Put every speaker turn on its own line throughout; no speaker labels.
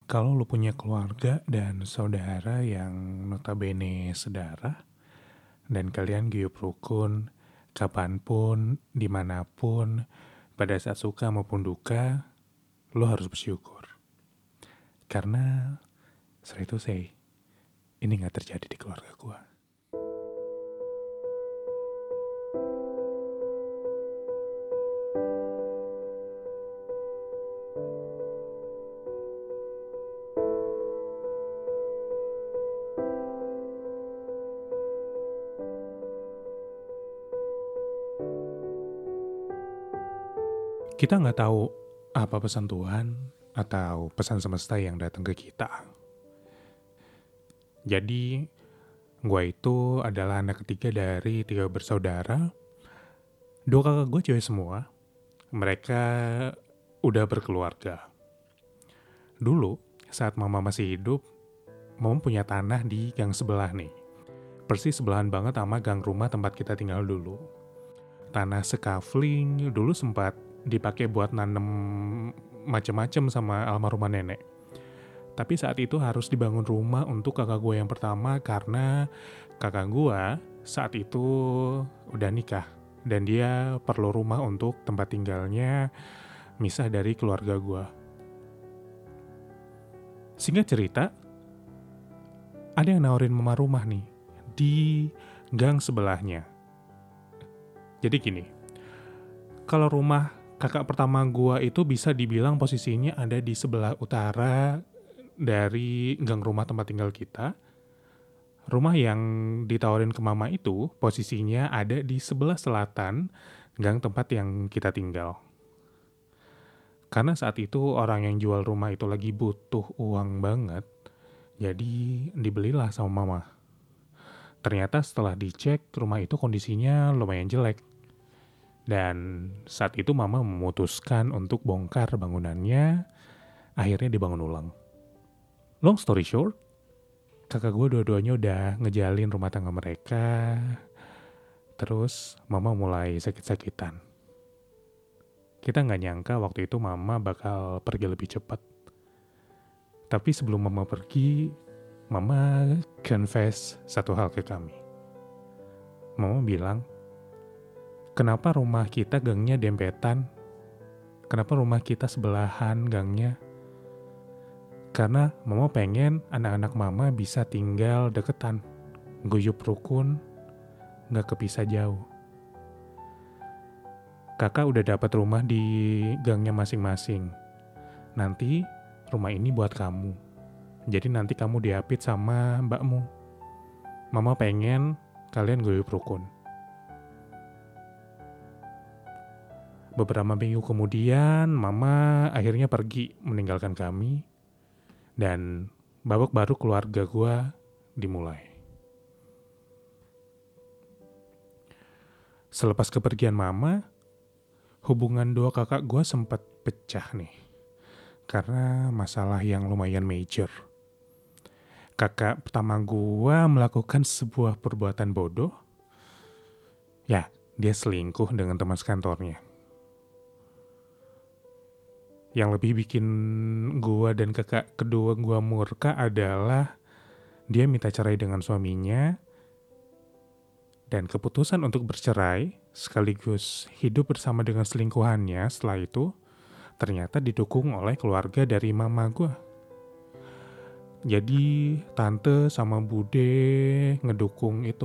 Kalau lu punya keluarga dan saudara yang notabene sedarah, dan kalian guyup rukun, kapanpun, dimanapun, pada saat suka maupun duka, lu harus bersyukur. Karena, sorry to say, ini gak terjadi di keluarga gua. Kita nggak tahu apa pesan Tuhan atau pesan semesta yang datang ke kita. Jadi, gue itu adalah anak ketiga dari 3 bersaudara. 2 kakak gue cewek semua. Mereka udah berkeluarga. Dulu, saat mama masih hidup, mama punya tanah di gang sebelah nih. Persis sebelahan banget sama gang rumah tempat kita tinggal dulu. Tanah sekafling dulu sempat dipakai buat nanem macem-macem sama almarhumah nenek. Tapi saat itu harus dibangun rumah untuk kakak gue yang pertama karena kakak gue saat itu udah nikah. Dan dia perlu rumah untuk tempat tinggalnya misah dari keluarga gue. Singkat cerita, ada yang nawarin mama rumah nih di gang sebelahnya. Jadi gini, kalau rumah kakak pertama gua itu bisa dibilang posisinya ada di sebelah utara dari gang rumah tempat tinggal kita. Rumah yang ditawarin ke mama itu posisinya ada di sebelah selatan gang tempat yang kita tinggal. Karena saat itu orang yang jual rumah itu lagi butuh uang banget, jadi dibelilah sama mama. Ternyata setelah dicek rumah itu kondisinya lumayan jelek. Dan saat itu mama memutuskan untuk bongkar bangunannya, akhirnya dibangun ulang. Long story short, kakak gue dua-duanya udah ngejalin rumah tangga mereka, terus mama mulai sakit-sakitan. Kita nggak nyangka waktu itu mama bakal pergi lebih cepat. Tapi sebelum mama pergi, mama confess satu hal ke kami. Mama bilang, kenapa rumah kita gangnya dempetan? Kenapa rumah kita sebelahan gangnya? Karena mama pengen anak-anak mama bisa tinggal deketan, guyup rukun, gak kepisah jauh. Kakak udah dapat rumah di gangnya masing-masing. Nanti rumah ini buat kamu. Jadi nanti kamu diapit sama mbakmu. Mama pengen kalian guyup rukun. Beberapa minggu kemudian, mama akhirnya pergi meninggalkan kami. Dan babak baru keluarga gue dimulai. Selepas kepergian mama, hubungan 2 kakak gue sempat pecah nih. Karena masalah yang lumayan major. Kakak pertama gue melakukan sebuah perbuatan bodoh. Ya, dia selingkuh dengan teman sekantornya. Yang lebih bikin gue dan kakak kedua gue murka adalah dia minta cerai dengan suaminya. Dan keputusan untuk bercerai sekaligus hidup bersama dengan selingkuhannya setelah itu ternyata didukung oleh keluarga dari mama gue. Jadi tante sama bude ngedukung itu.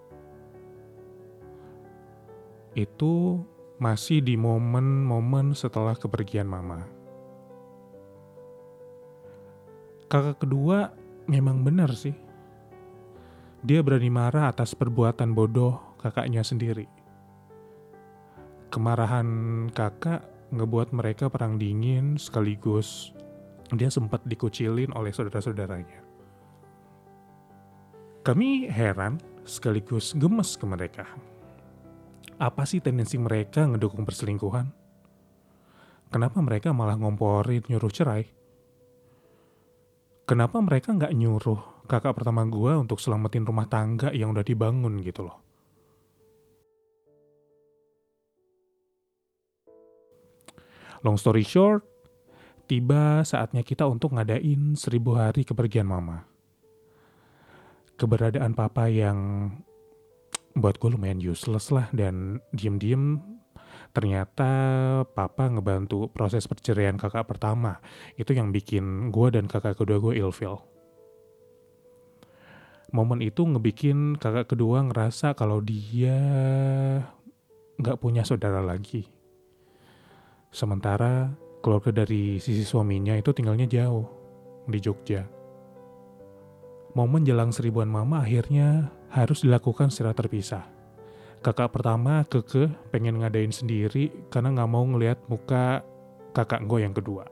Itu masih di momen-momen setelah kepergian mama. Kakak kedua memang benar sih. Dia berani marah atas perbuatan bodoh kakaknya sendiri. Kemarahan kakak ngebuat mereka perang dingin sekaligus dia sempat dikucilin oleh saudara-saudaranya. Kami heran sekaligus gemes ke mereka. Apa sih tendensi mereka ngedukung perselingkuhan? Kenapa mereka malah ngomporin nyuruh cerai? Kenapa mereka nggak nyuruh kakak pertama gue untuk selamatin rumah tangga yang udah dibangun gitu loh? Long story short, Tiba saatnya kita untuk ngadain 1000 hari kepergian mama. Keberadaan papa yang buat gue lumayan useless lah, dan diem-diem ternyata papa ngebantu proses perceraian kakak pertama. Itu yang bikin gue dan kakak kedua gue ilfeel. Momen itu ngebikin kakak kedua ngerasa kalau dia gak punya saudara lagi. Sementara keluarga dari sisi suaminya itu tinggalnya jauh, di Jogja. Momen jelang 1000-an mama akhirnya harus dilakukan secara terpisah. Kakak pertama kekeh pengen ngadain sendiri karena gak mau ngelihat muka kakak gue yang kedua.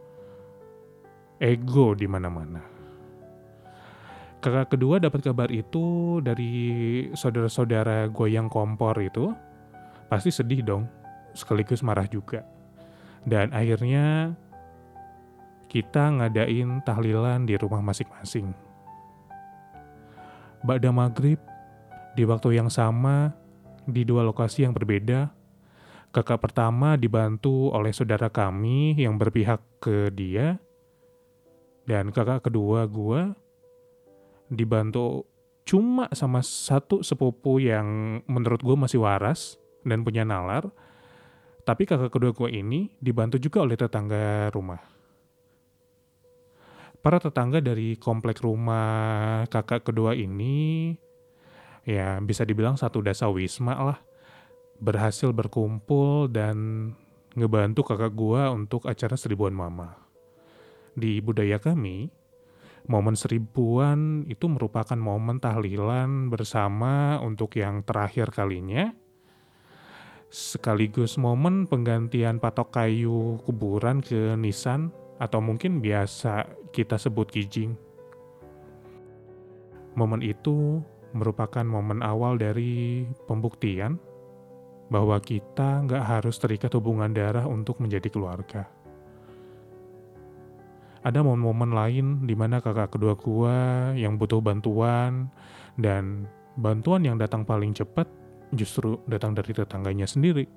Ego di mana-mana. Kakak kedua dapat kabar itu dari saudara-saudara gue yang kompor itu, pasti sedih dong, sekaligus marah juga. Dan akhirnya kita ngadain tahlilan di rumah masing-masing. Ba'da maghrib, di waktu yang sama, di 2 lokasi yang berbeda, kakak pertama dibantu oleh saudara kami yang berpihak ke dia, dan kakak kedua gue dibantu cuma sama satu sepupu yang menurut gue masih waras dan punya nalar, tapi kakak kedua gue ini dibantu juga oleh tetangga rumah. Para tetangga dari komplek rumah kakak kedua ini, ya bisa dibilang satu dasawisma lah, berhasil berkumpul dan ngebantu kakak gue untuk acara 1000-an mama. Di budaya kami, momen 1000-an itu merupakan momen tahlilan bersama untuk yang terakhir kalinya, sekaligus momen penggantian patok kayu kuburan ke nisan atau mungkin biasa kita sebut kijing. Momen itu merupakan momen awal dari pembuktian bahwa kita nggak harus terikat hubungan darah untuk menjadi keluarga. Ada momen-momen lain di mana kakak kedua gua yang butuh bantuan, dan bantuan yang datang paling cepat justru datang dari tetangganya sendiri.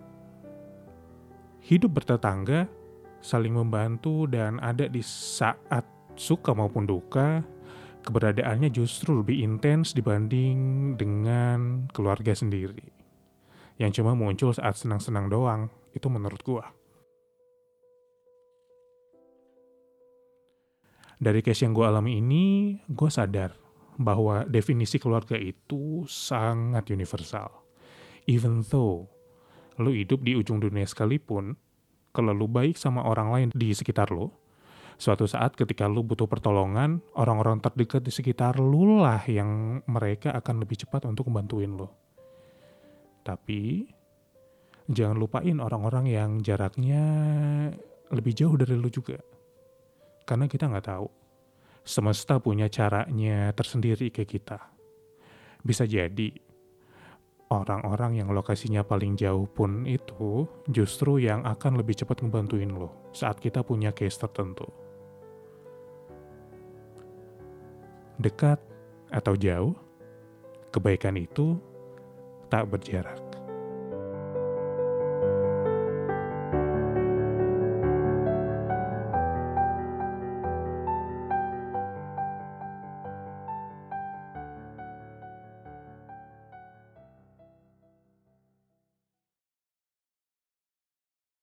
Hidup bertetangga, saling membantu, dan ada di saat suka maupun duka, keberadaannya justru lebih intens dibanding dengan keluarga sendiri, yang cuma muncul saat senang-senang doang, itu menurut gua. Dari case yang gue alami ini, gue sadar bahwa definisi keluarga itu sangat universal. Even though lu hidup di ujung dunia sekalipun, kalau lu baik sama orang lain di sekitar lu, suatu saat ketika lu butuh pertolongan, orang-orang terdekat di sekitar lu lah yang mereka akan lebih cepat untuk membantuin lu. Tapi, jangan lupain orang-orang yang jaraknya lebih jauh dari lu juga. Karena kita nggak tahu, semesta punya caranya tersendiri ke kita. Bisa jadi, orang-orang yang lokasinya paling jauh pun itu justru yang akan lebih cepat ngebantuin lo saat kita punya case tertentu. Dekat atau jauh, kebaikan itu tak berjarak.